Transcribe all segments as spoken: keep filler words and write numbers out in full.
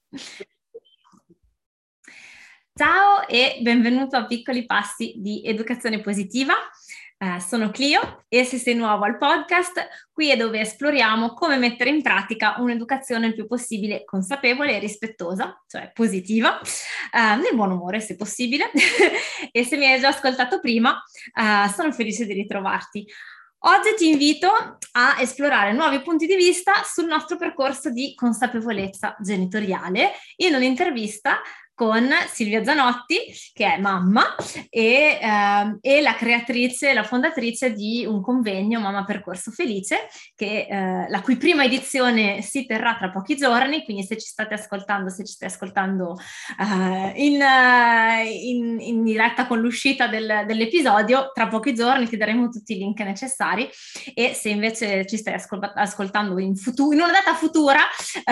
Ciao e benvenuto a Piccoli Passi di Educazione Positiva. Uh, sono Clio e se sei nuovo al podcast, qui è dove esploriamo come mettere in pratica un'educazione il più possibile consapevole e rispettosa, cioè positiva, uh, nel buon umore se possibile. E se mi hai già ascoltato prima, uh, sono felice di ritrovarti. Oggi ti invito a esplorare nuovi punti di vista sul nostro percorso di consapevolezza genitoriale in un'intervista con Silvia Zanotti, che è mamma e, eh, e la creatrice, la fondatrice di un convegno Mamma Percorso Felice, che, eh, la cui prima edizione si terrà tra pochi giorni, quindi se ci state ascoltando, se ci stai ascoltando uh, in, uh, in, in diretta con l'uscita del, dell'episodio, tra pochi giorni ti daremo tutti i link necessari, e se invece ci stai ascol- ascoltando in, futu- in una data futura,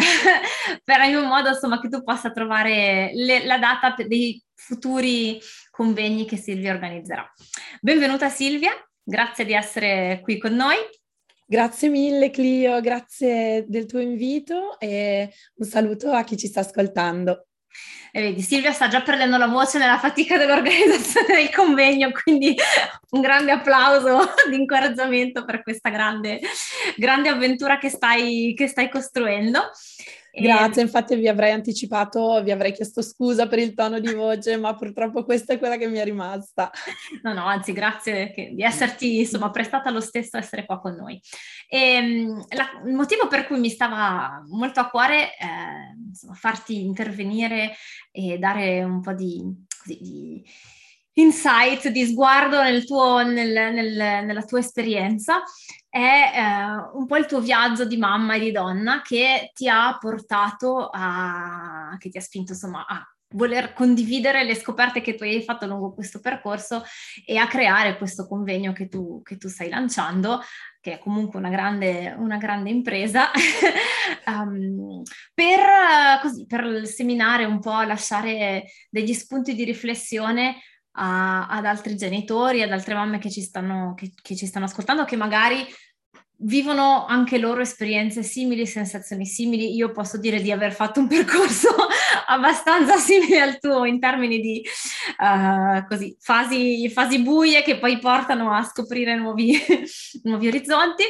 farai in modo insomma che tu possa trovare le la data dei futuri convegni che Silvia organizzerà. Benvenuta Silvia, grazie di essere qui con noi. Grazie mille Clio, grazie del tuo invito e un saluto a chi ci sta ascoltando. E vedi, Silvia sta già perdendo la voce nella fatica dell'organizzazione del convegno, quindi un grande applauso di incoraggiamento per questa grande, grande avventura che stai, che stai costruendo. Grazie, infatti vi avrei anticipato, vi avrei chiesto scusa per il tono di voce, ma purtroppo questa è quella che mi è rimasta. No, no, anzi, grazie che, di esserti insomma prestata lo stesso a essere qua con noi. E, la, il motivo per cui mi stava molto a cuore eh, insomma, farti intervenire e dare un po' di, così, di insight, di sguardo nel tuo, nel, nel, nella tua esperienza è eh, un po' il tuo viaggio di mamma e di donna che ti ha portato a, che ti ha spinto insomma a voler condividere le scoperte che tu hai fatto lungo questo percorso e a creare questo convegno che tu, che tu stai lanciando, che è comunque una grande, una grande impresa, um, per, così, per seminare un po', lasciare degli spunti di riflessione a, ad altri genitori, ad altre mamme che ci stanno, che, che ci stanno ascoltando, che magari vivono anche loro esperienze simili, sensazioni simili. Io posso dire di aver fatto un percorso abbastanza simile al tuo in termini di uh, così, fasi, fasi buie che poi portano a scoprire nuovi, nuovi orizzonti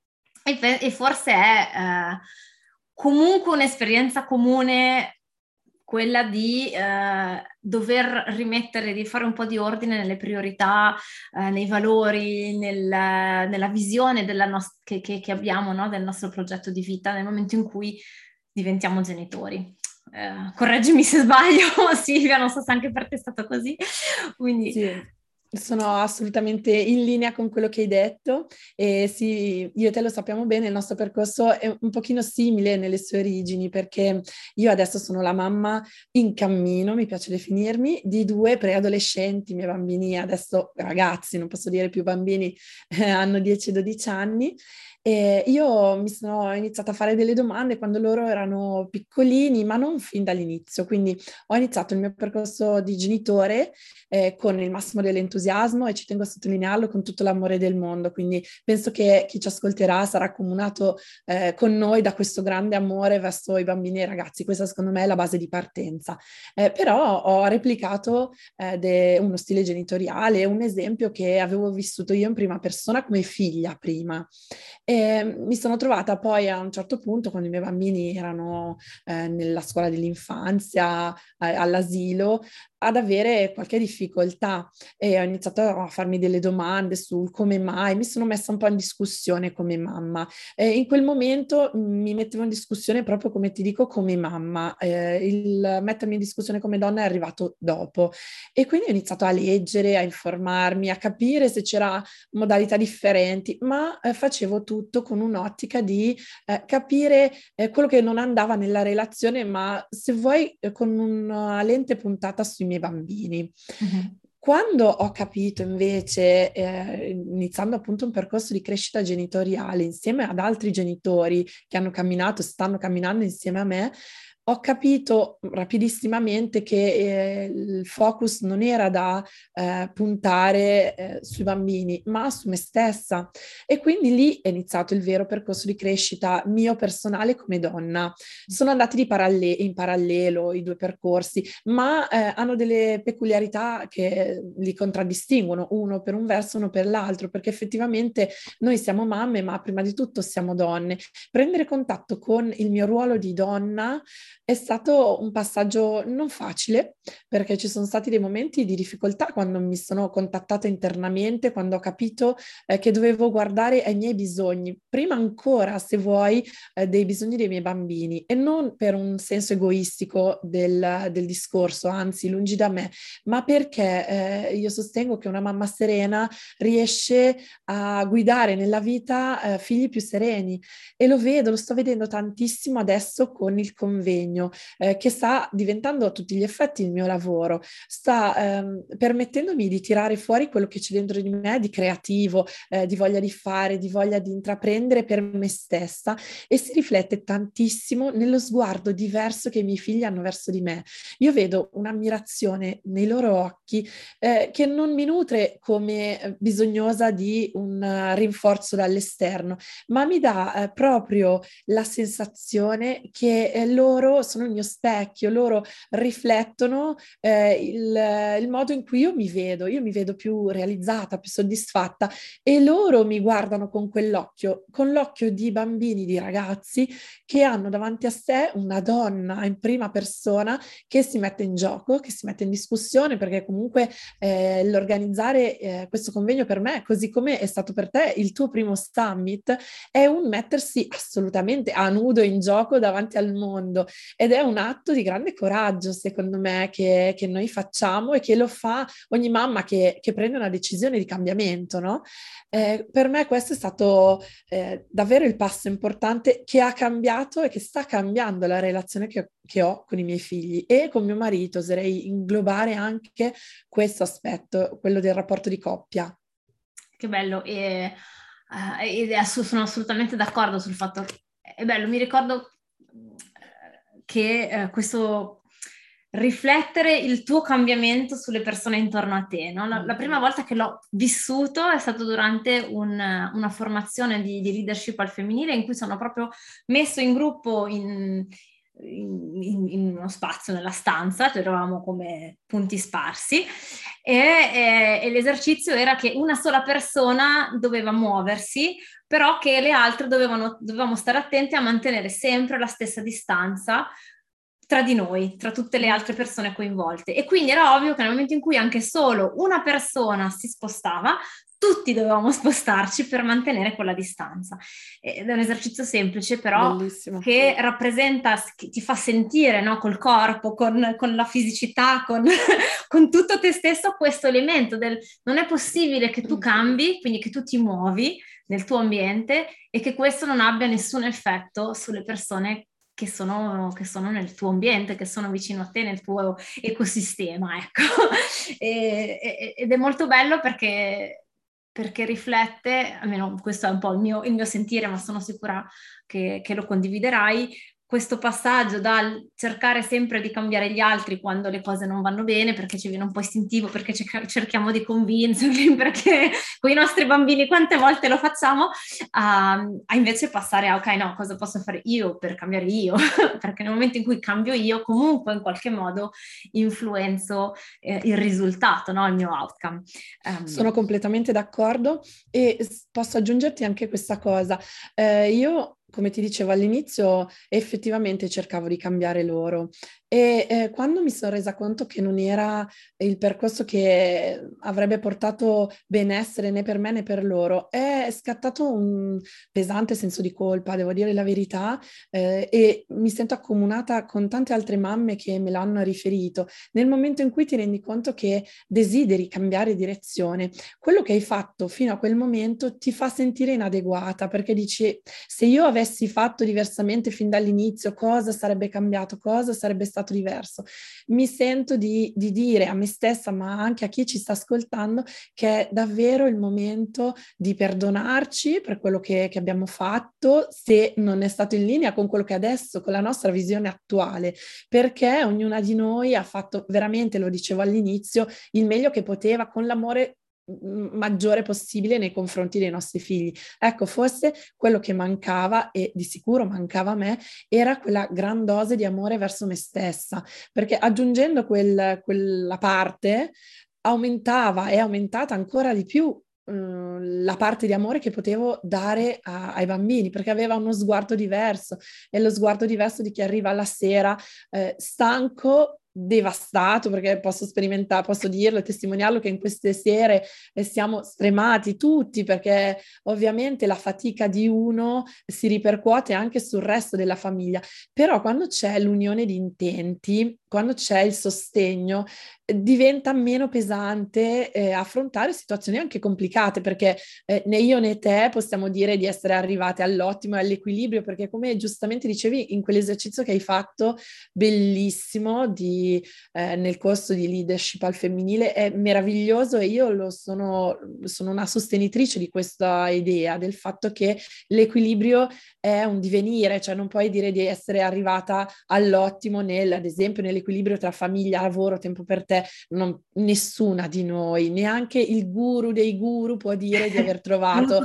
e, e forse è uh, comunque un'esperienza comune quella di eh, dover rimettere, di fare un po' di ordine nelle priorità, eh, nei valori, nel, nella visione della nost- che, che, che abbiamo, no? Del nostro progetto di vita nel momento in cui diventiamo genitori. Eh, correggimi se sbaglio, Silvia, non so se anche per te è stato così. Quindi... Sì. Sono assolutamente in linea con quello che hai detto e sì, io e te lo sappiamo bene, il nostro percorso è un pochino simile nelle sue origini perché io adesso sono la mamma in cammino, mi piace definirmi, di due preadolescenti, i miei bambini adesso ragazzi, non posso dire più bambini, eh, hanno dieci dodici anni. E io mi sono iniziata a fare delle domande quando loro erano piccolini, ma non fin dall'inizio, quindi ho iniziato il mio percorso di genitore eh, con il massimo dell'entusiasmo e ci tengo a sottolinearlo con tutto l'amore del mondo, quindi penso che chi ci ascolterà sarà accomunato eh, con noi da questo grande amore verso i bambini e i ragazzi, questa secondo me è la base di partenza. Eh, però ho replicato eh, de- uno stile genitoriale, un esempio che avevo vissuto io in prima persona come figlia prima. E mi sono trovata poi a un certo punto, quando i miei bambini erano eh, nella scuola dell'infanzia, eh, all'asilo, ad avere qualche difficoltà e ho iniziato a farmi delle domande sul come mai, mi sono messa un po' in discussione come mamma. E in quel momento mi mettevo in discussione proprio come ti dico come mamma, eh, il mettermi in discussione come donna è arrivato dopo e quindi ho iniziato a leggere, a informarmi, a capire se c'era modalità differenti, ma eh, facevo tutto con un'ottica di eh, capire eh, quello che non andava nella relazione, ma se vuoi eh, con una lente puntata sui miei bambini. Mm-hmm. Quando ho capito invece, eh, iniziando appunto un percorso di crescita genitoriale insieme ad altri genitori che hanno camminato, stanno camminando insieme a me, ho capito rapidissimamente che eh, il focus non era da eh, puntare eh, sui bambini, ma su me stessa. E quindi lì è iniziato il vero percorso di crescita mio personale come donna. Sono andati di paralle- in parallelo i due percorsi, ma eh, hanno delle peculiarità che li contraddistinguono, uno per un verso, uno per l'altro, perché effettivamente noi siamo mamme, ma prima di tutto siamo donne. Prendere contatto con il mio ruolo di donna è stato un passaggio non facile, perché ci sono stati dei momenti di difficoltà quando mi sono contattata internamente, quando ho capito eh, che dovevo guardare ai miei bisogni, prima ancora, se vuoi, eh, dei bisogni dei miei bambini, e non per un senso egoistico del, del discorso, anzi, lungi da me, ma perché eh, io sostengo che una mamma serena riesce a guidare nella vita eh, figli più sereni, e lo vedo, lo sto vedendo tantissimo adesso con il convegno eh, che sta diventando a tutti gli effetti il mio lavoro, sta ehm, permettendomi di tirare fuori quello che c'è dentro di me di creativo, eh, di voglia di fare, di voglia di intraprendere per me stessa, e si riflette tantissimo nello sguardo diverso che i miei figli hanno verso di me. Io vedo un'ammirazione nei loro occhi eh, che non mi nutre come eh, bisognosa di un uh, rinforzo dall'esterno, ma mi dà eh, proprio la sensazione che eh, loro sono il mio specchio, loro riflettono eh, il, il modo in cui io mi vedo, io mi vedo più realizzata, più soddisfatta, e loro mi guardano con quell'occhio, con l'occhio di bambini, di ragazzi che hanno davanti a sé una donna in prima persona che si mette in gioco, che si mette in discussione, perché comunque eh, l'organizzare eh, questo convegno per me, così come è stato per te il tuo primo summit, è un mettersi assolutamente a nudo in gioco davanti al mondo, ed è un atto di grande coraggio, secondo me, che, che noi facciamo, e che lo fa ogni mamma che, che prende una decisione di cambiamento, no? Eh, per me questo è stato eh, davvero il passo importante che ha cambiato e che sta cambiando la relazione che, che ho con i miei figli e con mio marito. Oserei inglobare anche questo aspetto, quello del rapporto di coppia. Che bello, e, eh, ed è ass- sono assolutamente d'accordo sul fatto che è bello. Mi ricordo eh, che eh, questo riflettere il tuo cambiamento sulle persone intorno a te, no? La, la prima volta che l'ho vissuto è stato durante un- una formazione di, di leadership al femminile, in cui sono proprio messo in gruppo in, in, in- in uno spazio nella stanza, cioè eravamo come punti sparsi, e, e- e l'esercizio era che una sola persona doveva muoversi, però che le altre dovevano, dovevamo stare attenti a mantenere sempre la stessa distanza tra di noi, tra tutte le altre persone coinvolte. E quindi era ovvio che nel momento in cui anche solo una persona si spostava, tutti dovevamo spostarci per mantenere quella distanza. Ed è un esercizio semplice, però Bellissimo. che rappresenta, che ti fa sentire, no, col corpo, con, con la fisicità, con, con tutto te stesso, questo elemento del non è possibile che tu cambi, quindi che tu ti muovi nel tuo ambiente e che questo non abbia nessun effetto sulle persone che sono, che sono nel tuo ambiente, che sono vicino a te, nel tuo ecosistema, ecco. E, e, ed è molto bello perché, perché riflette, almeno questo è un po' il mio, il mio sentire, ma sono sicura che, che lo condividerai, questo passaggio dal cercare sempre di cambiare gli altri quando le cose non vanno bene, perché ci viene un po' istintivo, perché cerchiamo di convincerli, perché con i nostri bambini quante volte lo facciamo, a, a invece passare a ok, no, cosa posso fare io per cambiare io? Perché nel momento in cui cambio io, comunque in qualche modo influenzo eh, il risultato, no? Il mio outcome. Sono Um, completamente d'accordo, e s- posso aggiungerti anche questa cosa. Eh, io, come ti dicevo all'inizio, effettivamente cercavo di cambiare loro, e eh, quando mi sono resa conto che non era il percorso che avrebbe portato benessere né per me né per loro, è scattato un pesante senso di colpa, devo dire la verità, eh, e mi sento accomunata con tante altre mamme che me l'hanno riferito. Nel momento in cui ti rendi conto che desideri cambiare direzione, quello che hai fatto fino a quel momento ti fa sentire inadeguata, perché dici: se io avessi fatto diversamente fin dall'inizio, cosa sarebbe cambiato, cosa sarebbe stato stato diverso. Mi sento di, di dire a me stessa, ma anche a chi ci sta ascoltando, che è davvero il momento di perdonarci per quello che, che abbiamo fatto, se non è stato in linea con quello che adesso, con la nostra visione attuale, perché ognuna di noi ha fatto veramente, lo dicevo all'inizio, il meglio che poteva con l'amore maggiore possibile nei confronti dei nostri figli. Ecco, forse quello che mancava, e di sicuro mancava a me, era quella gran dose di amore verso me stessa, perché aggiungendo quel, quella parte aumentava e è aumentata ancora di più la parte di amore che potevo dare a, ai bambini, perché aveva uno sguardo diverso, è lo sguardo diverso di chi arriva alla sera eh, stanco, devastato, perché posso sperimentare, posso dirlo e testimoniarlo che in queste sere eh, siamo stremati tutti, perché ovviamente la fatica di uno si ripercuote anche sul resto della famiglia, però quando c'è l'unione di intenti, quando c'è il sostegno, diventa meno pesante eh, affrontare situazioni anche complicate, perché eh, né io né te possiamo dire di essere arrivate all'ottimo e all'equilibrio, perché come giustamente dicevi in quell'esercizio che hai fatto, bellissimo, di, eh, nel corso di leadership al femminile, è meraviglioso e io lo sono, sono una sostenitrice di questa idea, del fatto che l'equilibrio è un divenire, cioè non puoi dire di essere arrivata all'ottimo nel, ad esempio, nell'equilibrio tra famiglia, lavoro, tempo per te. Non, nessuna di noi, neanche il guru dei guru può dire di aver trovato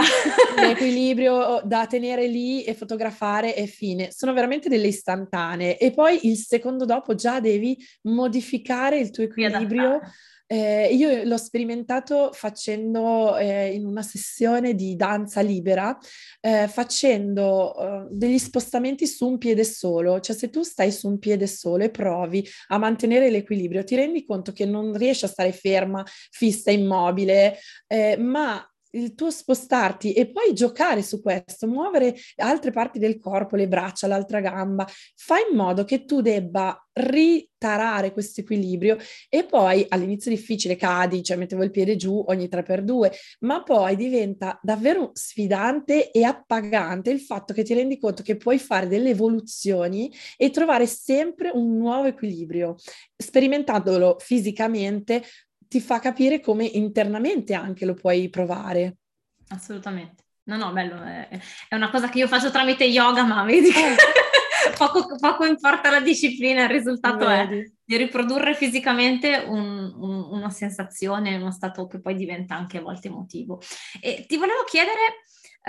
l'equilibrio da tenere lì e fotografare e fine. Sono veramente delle istantanee e poi il secondo dopo già devi modificare il tuo equilibrio. Eh, io l'ho sperimentato facendo eh, in una sessione di danza libera, eh, facendo eh, degli spostamenti su un piede solo, cioè se tu stai su un piede solo e provi a mantenere l'equilibrio, ti rendi conto che non riesci a stare ferma, fissa, immobile, eh, ma il tuo spostarti e poi giocare su questo, muovere altre parti del corpo, le braccia, l'altra gamba, fa in modo che tu debba ritarare questo equilibrio e poi all'inizio è difficile, cadi, cioè mettevo il piede giù ogni tre per due, ma poi diventa davvero sfidante e appagante il fatto che ti rendi conto che puoi fare delle evoluzioni e trovare sempre un nuovo equilibrio. Sperimentandolo fisicamente ti fa capire come internamente anche lo puoi provare. Assolutamente. No, no, bello, è, è una cosa che io faccio tramite yoga, ma vedi che poco, poco importa la disciplina, il risultato vedi. È di riprodurre fisicamente un, un, una sensazione, uno stato che poi diventa anche a volte emotivo. E ti volevo chiedere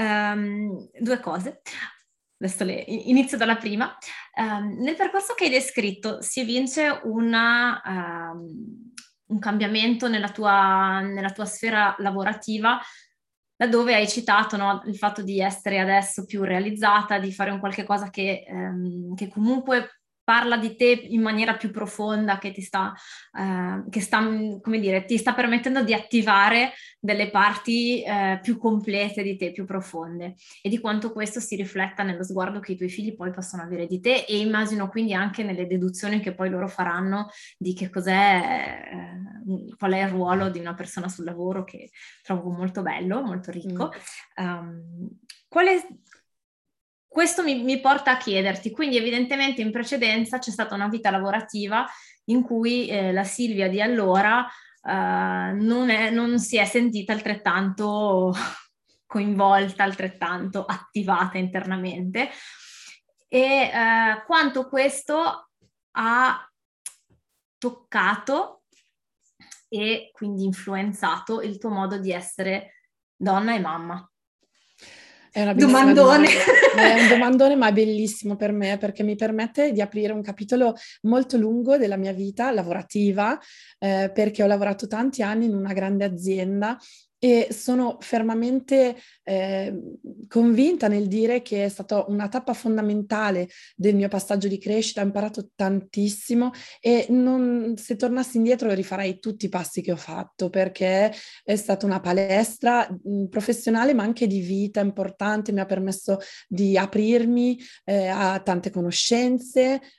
um, due cose. Adesso le, inizio dalla prima. Um, nel percorso che hai descritto si evince una... Um, un cambiamento nella tua, nella tua sfera lavorativa, laddove hai citato, no, il fatto di essere adesso più realizzata, di fare un qualche cosa che, ehm, che comunque parla di te in maniera più profonda, che ti sta, eh, che sta, come dire, ti sta permettendo di attivare delle parti eh, più complete di te, più profonde, e di quanto questo si rifletta nello sguardo che i tuoi figli poi possono avere di te, e immagino quindi anche nelle deduzioni che poi loro faranno di che cos'è, eh, qual è il ruolo di una persona sul lavoro, che trovo molto bello, molto ricco. Mm. Um, qual è... Questo mi, mi porta a chiederti, quindi evidentemente in precedenza c'è stata una vita lavorativa in cui eh, la Silvia di allora eh, non, è, non si è sentita altrettanto coinvolta, altrettanto attivata internamente, e eh, quanto questo ha toccato e quindi influenzato il tuo modo di essere donna e mamma. È una domandone. È un domandone, ma è bellissimo per me perché mi permette di aprire un capitolo molto lungo della mia vita lavorativa, eh, perché ho lavorato tanti anni in una grande azienda e sono fermamente eh, convinta nel dire che è stata una tappa fondamentale del mio passaggio di crescita, ho imparato tantissimo e non, se tornassi indietro rifarei tutti i passi che ho fatto, perché è stata una palestra mh, professionale ma anche di vita importante, mi ha permesso di aprirmi eh, a tante conoscenze,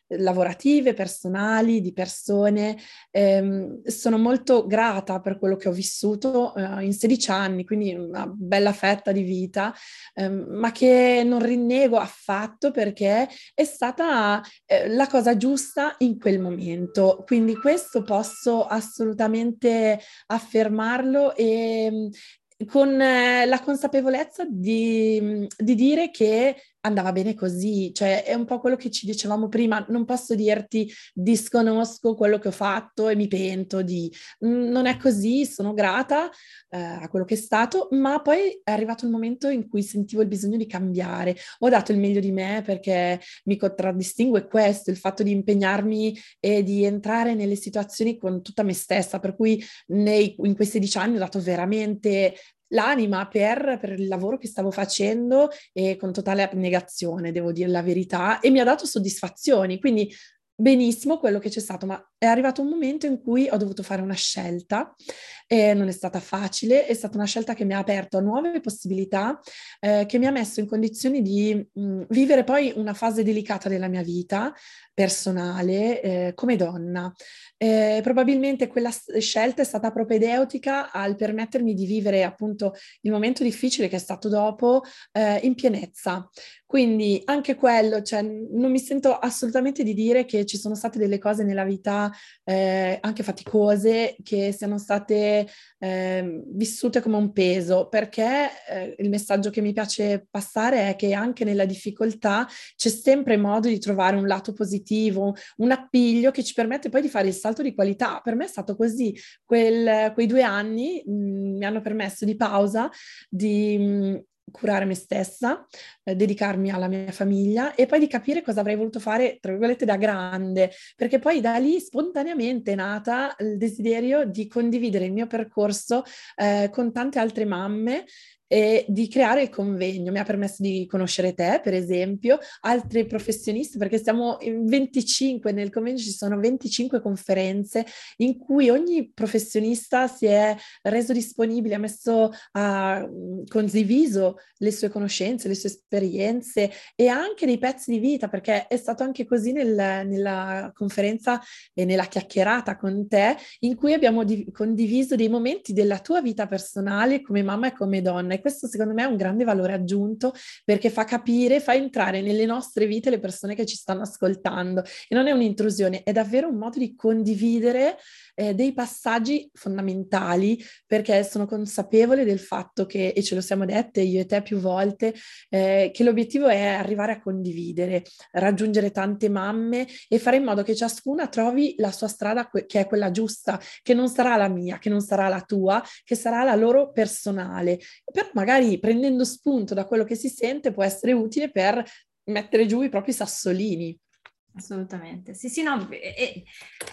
lavorative, personali, di persone. Ehm, sono molto grata per quello che ho vissuto eh, in sedici anni, quindi una bella fetta di vita, ehm, ma che non rinnego affatto perché è stata eh, la cosa giusta in quel momento. Quindi questo posso assolutamente affermarlo e con eh, la consapevolezza di, di dire che andava bene così, cioè è un po' quello che ci dicevamo prima, non posso dirti disconosco quello che ho fatto e mi pento di... Non è così, sono grata eh, a quello che è stato, ma poi è arrivato il momento in cui sentivo il bisogno di cambiare. Ho dato il meglio di me perché mi contraddistingue questo, il fatto di impegnarmi e di entrare nelle situazioni con tutta me stessa, per cui nei, in quei sedici anni ho dato veramente l'anima per, per il lavoro che stavo facendo e con totale abnegazione, devo dire la verità, e mi ha dato soddisfazioni. Quindi benissimo quello che c'è stato, ma è arrivato un momento in cui ho dovuto fare una scelta e non è stata facile, è stata una scelta che mi ha aperto a nuove possibilità, eh, che mi ha messo in condizioni di mh, vivere poi una fase delicata della mia vita personale eh, come donna. Eh, probabilmente quella scelta è stata propedeutica al permettermi di vivere appunto il momento difficile che è stato dopo eh, in pienezza. Quindi anche quello, cioè, non mi sento assolutamente di dire che ci sono state delle cose nella vita eh, anche faticose che siano state eh, vissute come un peso, perché eh, il messaggio che mi piace passare è che anche nella difficoltà c'è sempre modo di trovare un lato positivo, un appiglio che ci permette poi di fare il salto di qualità. Per me è stato così. Quel, quei due anni mh, mi hanno permesso di pausa, di mh, curare me stessa, eh, dedicarmi alla mia famiglia e poi di capire cosa avrei voluto fare, tra virgolette, da grande, perché poi da lì spontaneamente è nata il desiderio di condividere il mio percorso eh, con tante altre mamme e di creare il convegno. Mi ha permesso di conoscere te, per esempio, altri professionisti, perché siamo in venticinque, nel convegno ci sono venticinque conferenze in cui ogni professionista si è reso disponibile, ha messo, ha condiviso le sue conoscenze, le sue esperienze e anche dei pezzi di vita, perché è stato anche così nel, nella conferenza e nella chiacchierata con te, in cui abbiamo di- condiviso dei momenti della tua vita personale come mamma e come donna. E questo secondo me è un grande valore aggiunto perché fa capire, fa entrare nelle nostre vite le persone che ci stanno ascoltando. E non è un'intrusione, è davvero un modo di condividere eh, dei passaggi fondamentali, perché sono consapevole del fatto che, e ce lo siamo dette io e te più volte, eh, che l'obiettivo è arrivare a condividere, raggiungere tante mamme e fare in modo che ciascuna trovi la sua strada que- che è quella giusta, che non sarà la mia, che non sarà la tua, che sarà la loro personale. Però magari prendendo spunto da quello che si sente può essere utile per mettere giù i propri sassolini. Assolutamente. Sì, sì, no, e- e-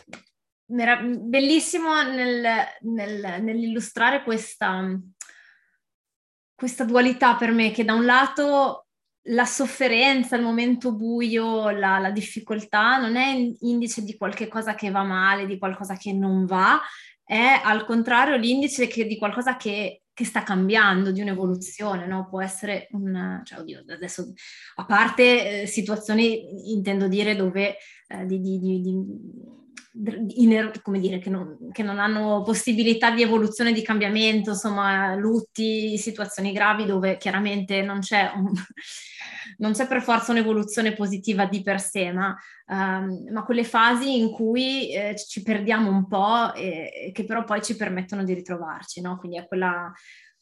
era bellissimo nel- nel- nell'illustrare questa, questa dualità per me, che da un lato la sofferenza, il momento buio, la, la difficoltà non è indice di qualche cosa che va male, di qualcosa che non va, è al contrario l'indice che, di qualcosa che, che sta cambiando, di un'evoluzione, no? Può essere un... cioè, oddio, adesso, a parte eh, situazioni, intendo dire, dove eh, di, di, di, di iner- come dire, che non, che non hanno possibilità di evoluzione, di cambiamento, insomma, lutti, situazioni gravi dove chiaramente non c'è, un, non c'è per forza un'evoluzione positiva di per sé, ma, um, ma quelle fasi in cui eh, ci perdiamo un po' e, e che però poi ci permettono di ritrovarci, no? Quindi è quella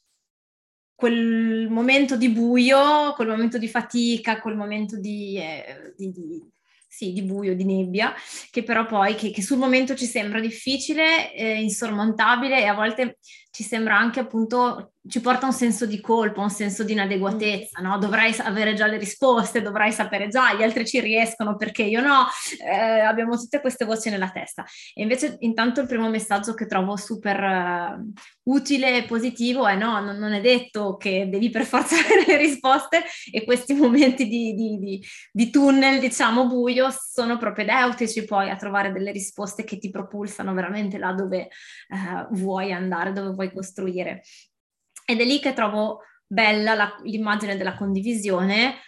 quel momento di buio, quel momento di fatica, quel momento di, eh, di, di, sì, di buio, di nebbia, che però poi che, che sul momento ci sembra difficile, eh, insormontabile e a volte ci sembra anche appunto, ci porta un senso di colpa, un senso di inadeguatezza, no? Dovrai avere già le risposte, dovrai sapere già, gli altri ci riescono perché io no, eh, abbiamo tutte queste voci nella testa. E invece intanto il primo messaggio che trovo super uh, utile e positivo è no, non, non è detto che devi per forza avere le risposte e questi momenti di, di, di, di tunnel, diciamo, buio, sono propedeutici poi a trovare delle risposte che ti propulsano veramente là dove uh, vuoi andare, dove vuoi costruire. Ed è lì che trovo bella la, l'immagine della condivisione,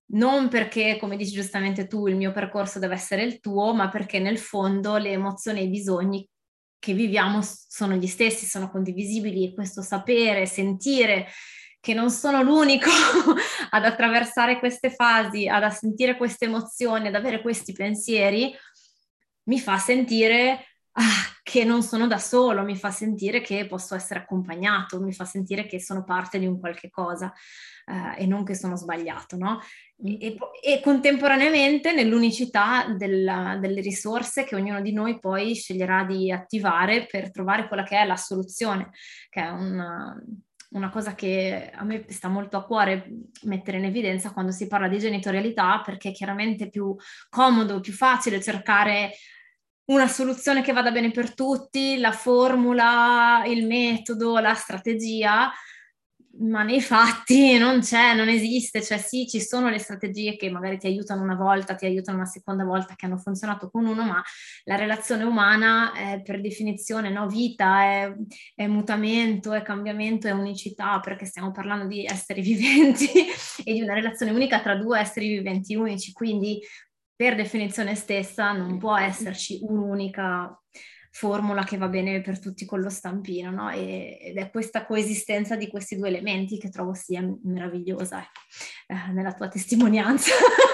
non perché, come dici giustamente tu, il mio percorso deve essere il tuo, ma perché nel fondo le emozioni e i bisogni che viviamo sono gli stessi, sono condivisibili e questo sapere, sentire che non sono l'unico ad attraversare queste fasi, ad sentire queste emozioni, ad avere questi pensieri, mi fa sentire ah, che non sono da solo, mi fa sentire che posso essere accompagnato, mi fa sentire che sono parte di un qualche cosa eh, e non che sono sbagliato, no? E, e contemporaneamente nell'unicità della, delle risorse che ognuno di noi poi sceglierà di attivare per trovare quella che è la soluzione, che è una, una cosa che a me sta molto a cuore mettere in evidenza quando si parla di genitorialità, perché è chiaramente più comodo, più facile cercare una soluzione che vada bene per tutti, la formula, il metodo, la strategia, ma nei fatti non c'è, non esiste, cioè sì, ci sono le strategie che magari ti aiutano una volta, ti aiutano una seconda volta, che hanno funzionato con uno, ma la relazione umana è per definizione, no, vita, è, è mutamento, è cambiamento, è unicità, perché stiamo parlando di esseri viventi e di una relazione unica tra due esseri viventi unici, quindi per definizione stessa non può esserci un'unica formula che va bene per tutti con lo stampino, no? E, ed è questa coesistenza di questi due elementi che trovo sia meravigliosa, ecco, eh, nella tua testimonianza.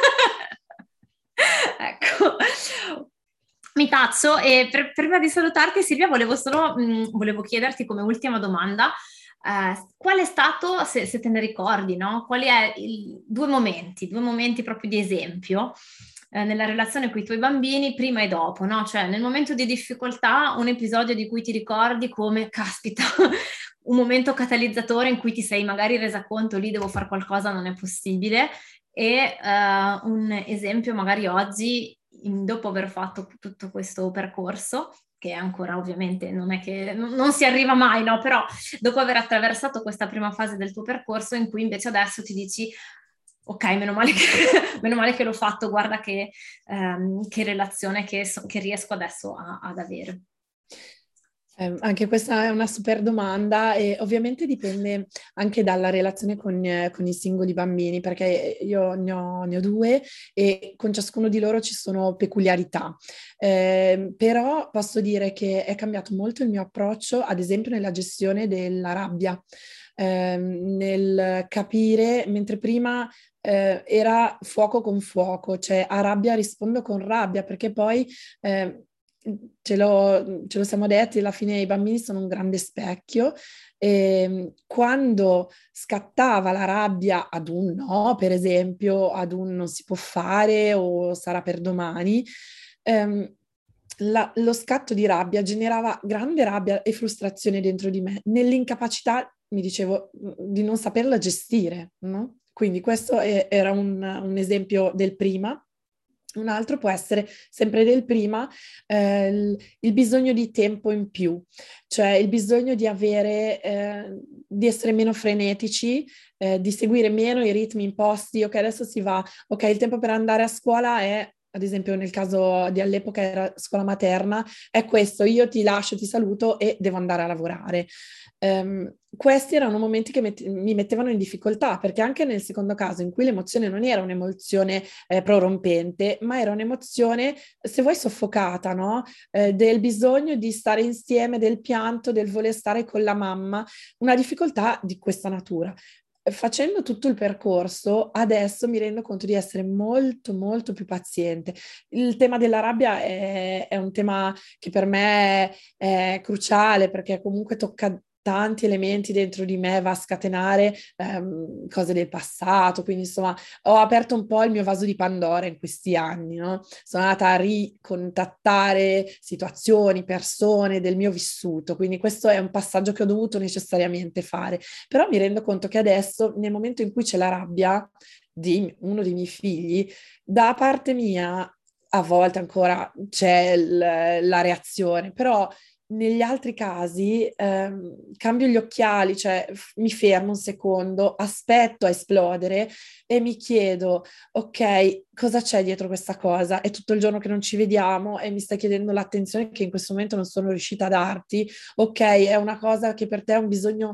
Ecco. Mi taccio e per, prima di salutarti, Silvia, volevo solo mh, volevo chiederti come ultima domanda, eh, qual è stato, se, se te ne ricordi, no? Quali è il, due momenti, due momenti proprio di esempio eh, nella relazione con i tuoi bambini, prima e dopo, no? Cioè nel momento di difficoltà, un episodio di cui ti ricordi come, caspita, un momento catalizzatore in cui ti sei magari resa conto, lì devo fare qualcosa, non è possibile, e uh, un esempio magari oggi, in, dopo aver fatto tutto questo percorso, che ancora ovviamente non è che non, non si arriva mai, no? Però dopo aver attraversato questa prima fase del tuo percorso in cui invece adesso ti dici ok, meno male che, meno male che l'ho fatto, guarda che, um, che relazione che, so, che riesco adesso a, ad avere. Eh, anche questa è una super domanda e ovviamente dipende anche dalla relazione con, eh, con i singoli bambini, perché io ne ho, ne ho due e con ciascuno di loro ci sono peculiarità. Eh, però posso dire che è cambiato molto il mio approccio, ad esempio nella gestione della rabbia, eh, nel capire, mentre prima eh, era fuoco con fuoco, cioè a rabbia rispondo con rabbia, perché poi... Eh, Ce lo, ce lo siamo detti, alla fine i bambini sono un grande specchio e quando scattava la rabbia ad un no, per esempio, ad un non si può fare o sarà per domani, ehm, la, lo scatto di rabbia generava grande rabbia e frustrazione dentro di me, nell'incapacità, mi dicevo, di non saperla gestire, no? Quindi questo è, era un, un esempio del prima. Un altro può essere sempre del prima, eh, il, il bisogno di tempo in più, cioè il bisogno di avere, eh, di essere meno frenetici, eh, di seguire meno i ritmi imposti. Ok, adesso si va, ok, il tempo per andare a scuola è, ad esempio nel caso di all'epoca era scuola materna, è questo, io ti lascio, ti saluto e devo andare a lavorare. Um, questi erano momenti che met- mi mettevano in difficoltà, perché anche nel secondo caso, in cui l'emozione non era un'emozione eh, prorompente, ma era un'emozione, se vuoi, soffocata, no? Eh, del bisogno di stare insieme, del pianto, del voler stare con la mamma, una difficoltà di questa natura. Facendo tutto il percorso, adesso mi rendo conto di essere molto, molto più paziente. Il tema della rabbia è, è un tema che per me è, è cruciale, perché comunque tocca tanti elementi dentro di me, va a scatenare ehm, cose del passato, quindi insomma ho aperto un po' il mio vaso di Pandora in questi anni, no? Sono andata a ricontattare situazioni, persone del mio vissuto, quindi questo è un passaggio che ho dovuto necessariamente fare, però mi rendo conto che adesso, nel momento in cui c'è la rabbia di uno dei miei figli, da parte mia a volte ancora c'è l- la reazione, però negli altri casi ehm, cambio gli occhiali, cioè f- mi fermo un secondo, aspetto a esplodere e mi chiedo, ok, cosa c'è dietro questa cosa? È tutto il giorno che non ci vediamo e mi stai chiedendo l'attenzione che in questo momento non sono riuscita a darti? Ok, è una cosa che per te è un bisogno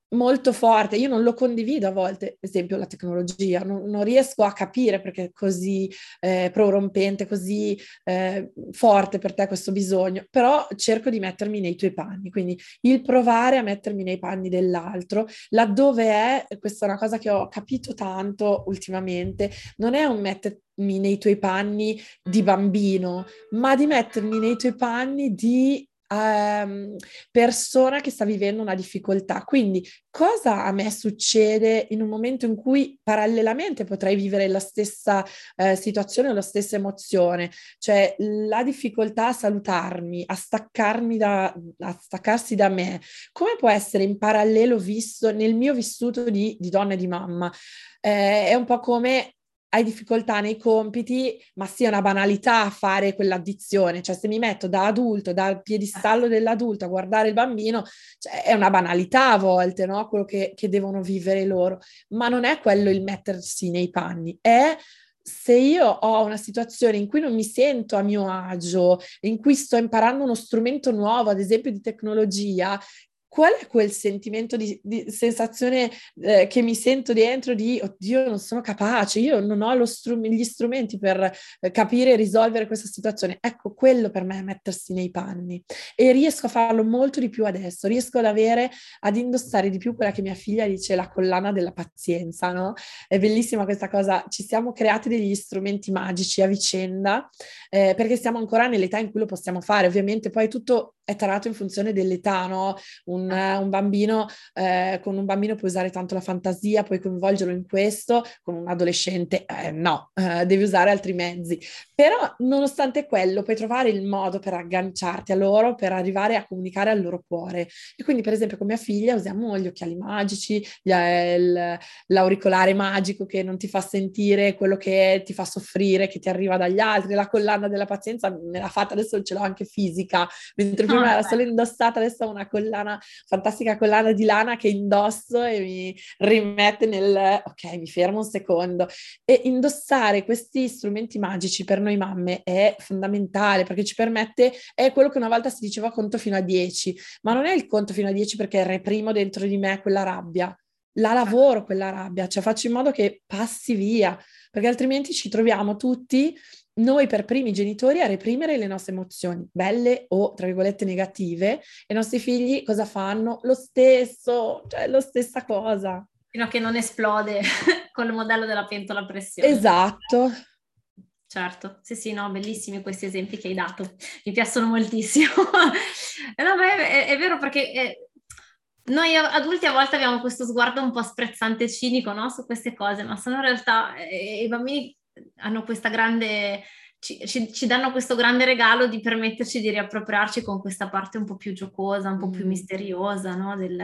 molto forte. Io non lo condivido a volte, ad esempio la tecnologia, non, non riesco a capire perché è così eh, prorompente, così eh, forte per te questo bisogno, però cerco di mettermi nei tuoi panni, quindi il provare a mettermi nei panni dell'altro, laddove è, questa è una cosa che ho capito tanto ultimamente, non è un mettermi nei tuoi panni di bambino, ma di mettermi nei tuoi panni di ehm, persona che sta vivendo una difficoltà. Quindi cosa a me succede in un momento in cui parallelamente potrei vivere la stessa eh, situazione o la stessa emozione, cioè la difficoltà a salutarmi, a staccarmi da, a staccarsi da me, come può essere in parallelo visto nel mio vissuto di, di donna e di mamma? Eh, è un po' come hai difficoltà nei compiti, ma sia una banalità fare quell'addizione, cioè se mi metto da adulto, dal piedistallo dell'adulto a guardare il bambino, cioè, è una banalità a volte, no? Quello che, che devono vivere loro, ma non è quello il mettersi nei panni, è se io ho una situazione in cui non mi sento a mio agio, in cui sto imparando uno strumento nuovo, ad esempio di tecnologia, qual è quel sentimento di, di sensazione eh, che mi sento dentro di oddio, non sono capace, io non ho lo strum- gli strumenti per eh, capire e risolvere questa situazione. Ecco, quello per me è mettersi nei panni e riesco a farlo molto di più adesso, riesco ad avere, ad indossare di più quella che mia figlia dice la collana della pazienza, no? È bellissima questa cosa, ci siamo creati degli strumenti magici a vicenda eh, perché siamo ancora nell'età in cui lo possiamo fare, ovviamente poi tutto è tarato in funzione dell'età, no? Un, un bambino, eh, con un bambino puoi usare tanto la fantasia, puoi coinvolgerlo in questo, con un adolescente eh, no, eh, devi usare altri mezzi. Però nonostante quello puoi trovare il modo per agganciarti a loro, per arrivare a comunicare al loro cuore. E quindi per esempio con mia figlia usiamo gli occhiali magici, gli, il, l'auricolare magico che non ti fa sentire quello che ti fa soffrire, che ti arriva dagli altri, la collana della pazienza me l'ha fatta, adesso ce l'ho anche fisica, mentre No, prima era solo indossata, adesso ho una collana, fantastica collana di lana che indosso e mi rimette nel ok, mi fermo un secondo. E indossare questi strumenti magici per noi mamme è fondamentale perché ci permette, è quello che una volta si diceva conto fino a dieci, ma non è il conto fino a dieci perché reprimo dentro di me quella rabbia, la lavoro quella rabbia, cioè faccio in modo che passi via, perché altrimenti ci troviamo tutti noi per primi genitori a reprimere le nostre emozioni, belle o tra virgolette negative, e i nostri figli cosa fanno? Lo stesso, cioè lo stessa cosa. fino a che non esplode con il modello della pentola a pressione. Esatto. Certo, sì, sì, no, bellissimi questi esempi che hai dato, mi piacciono moltissimo. No, ma è, è vero perché eh, noi adulti a volte abbiamo questo sguardo un po' sprezzante e cinico, no, su queste cose, ma sono in realtà eh, i bambini hanno questa grande, ci, ci- ci danno questo grande regalo di permetterci di riappropriarci con questa parte un po' più giocosa, un po' più Mm. misteriosa, no, del,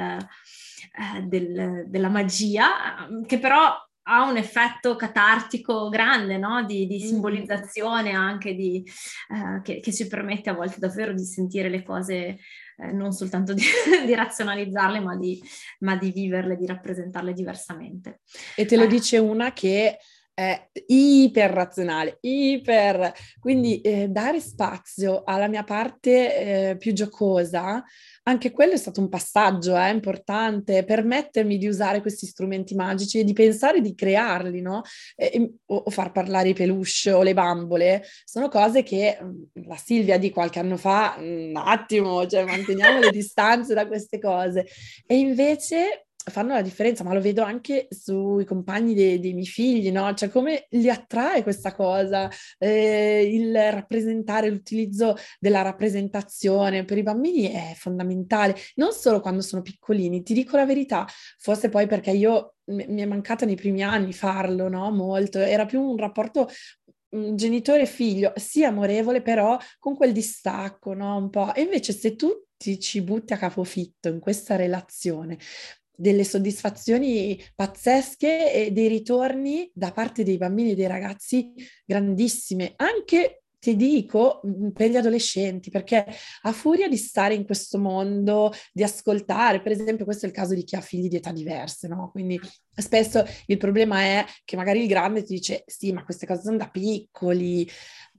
eh, del- della magia, che però ha un effetto catartico grande, no? Di, di Mm-mm. simbolizzazione anche, di, eh, che, che ci permette a volte davvero di sentire le cose, eh, non soltanto di, di razionalizzarle, ma di, ma di viverle, di rappresentarle diversamente. E te lo Eh, dice una che è iper razionale, iper... Quindi eh, dare spazio alla mia parte eh, più giocosa, anche quello è stato un passaggio eh, importante, permettermi di usare questi strumenti magici e di pensare di crearli, no? E- o, o far parlare i peluche o le bambole, sono cose che mh, la Silvia di qualche anno fa, un attimo, cioè manteniamo le distanze da queste cose. E invece fanno la differenza, ma lo vedo anche sui compagni dei, dei miei figli, no? Cioè come li attrae questa cosa, eh, il rappresentare, l'utilizzo della rappresentazione per i bambini è fondamentale, non solo quando sono piccolini, ti dico la verità, forse poi perché io m- mi è mancata nei primi anni farlo, no? Molto, era più un rapporto mm, genitore-figlio, sì amorevole, però con quel distacco, no? Un po'. E invece se tu ti ci butti a capofitto in questa relazione, delle soddisfazioni pazzesche e dei ritorni da parte dei bambini e dei ragazzi grandissime, anche ti dico mh, per gli adolescenti, perché a furia di stare in questo mondo, di ascoltare, per esempio questo è il caso di chi ha figli di età diverse, no? Quindi spesso il problema è che magari il grande ti dice sì, ma queste cose sono da piccoli,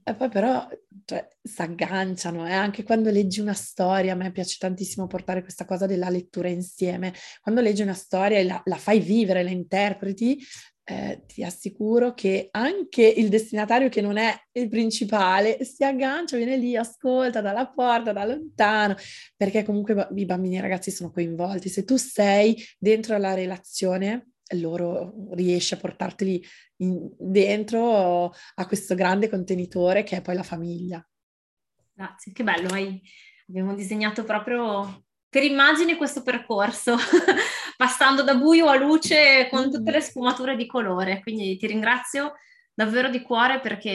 E poi però, cioè, si agganciano, eh? Anche quando leggi una storia, a me piace tantissimo portare questa cosa della lettura insieme. Quando leggi una storia e la, la fai vivere, la interpreti, eh, ti assicuro che anche il destinatario, che non è il principale, si aggancia, viene lì, ascolta dalla porta, da lontano, perché comunque i bambini e i ragazzi sono coinvolti. Se tu sei dentro la relazione, loro riesci a portarteli in, dentro a questo grande contenitore che è poi la famiglia. Grazie, che bello, hai, abbiamo disegnato proprio per immagine questo percorso, passando da buio a luce con tutte le sfumature di colore, quindi ti ringrazio davvero di cuore perché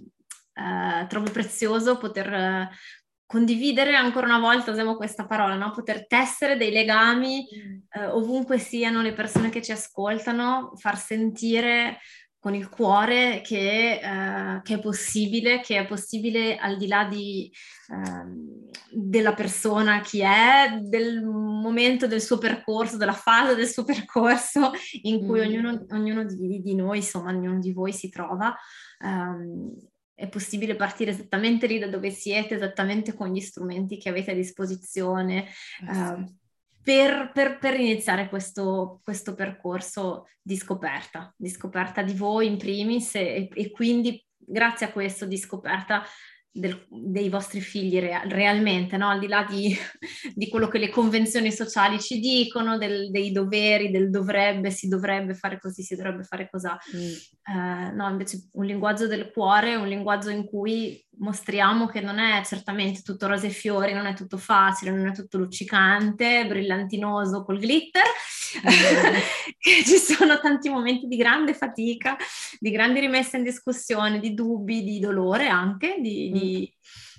eh, trovo prezioso poter eh, condividere ancora una volta, usiamo questa parola, no? Poter tessere dei legami eh, ovunque siano le persone che ci ascoltano, far sentire con il cuore che, eh, che è possibile, che è possibile al di là di, eh, della persona chi è, del momento del suo percorso, della fase del suo percorso in cui mm. ognuno, ognuno di, di noi, insomma, ognuno di voi si trova. Um, è possibile partire esattamente lì da dove siete, esattamente con gli strumenti che avete a disposizione, eh, uh, Per, per, per iniziare questo, questo percorso di scoperta, di scoperta di voi in primis e, e quindi grazie a questo di scoperta del, dei vostri figli real, realmente, no? Al di là di, di quello che le convenzioni sociali ci dicono, del, dei doveri, del dovrebbe, si dovrebbe fare così, si dovrebbe fare così. Mm. Uh, no, invece un linguaggio del cuore, un linguaggio in cui mostriamo che non è certamente tutto rose e fiori, non è tutto facile, non è tutto luccicante, brillantinoso col glitter, mm. che ci sono tanti momenti di grande fatica, di grandi rimesse in discussione, di dubbi, di dolore anche, di, mm. di,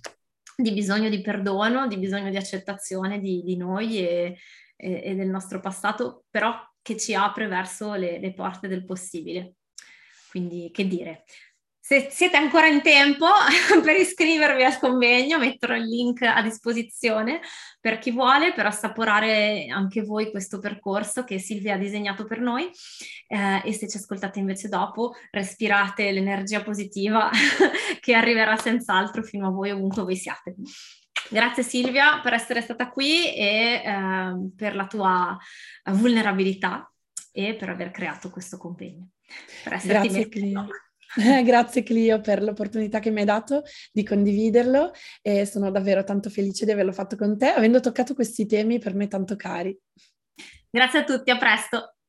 di bisogno di perdono, di bisogno di accettazione di, di noi e, e, e del nostro passato, però che ci apre verso le, le porte del possibile. Quindi, che dire, se siete ancora in tempo per iscrivervi al convegno, metterò il link a disposizione per chi vuole, per assaporare anche voi questo percorso che Silvia ha disegnato per noi, eh, e se ci ascoltate invece dopo, respirate l'energia positiva che arriverà senz'altro fino a voi ovunque voi siate. Grazie Silvia per essere stata qui e eh, per la tua vulnerabilità e per aver creato questo convegno. Per Grazie Clio. Eh, grazie Clio per l'opportunità che mi hai dato di condividerlo e sono davvero tanto felice di averlo fatto con te, avendo toccato questi temi per me tanto cari. Grazie a tutti, a presto.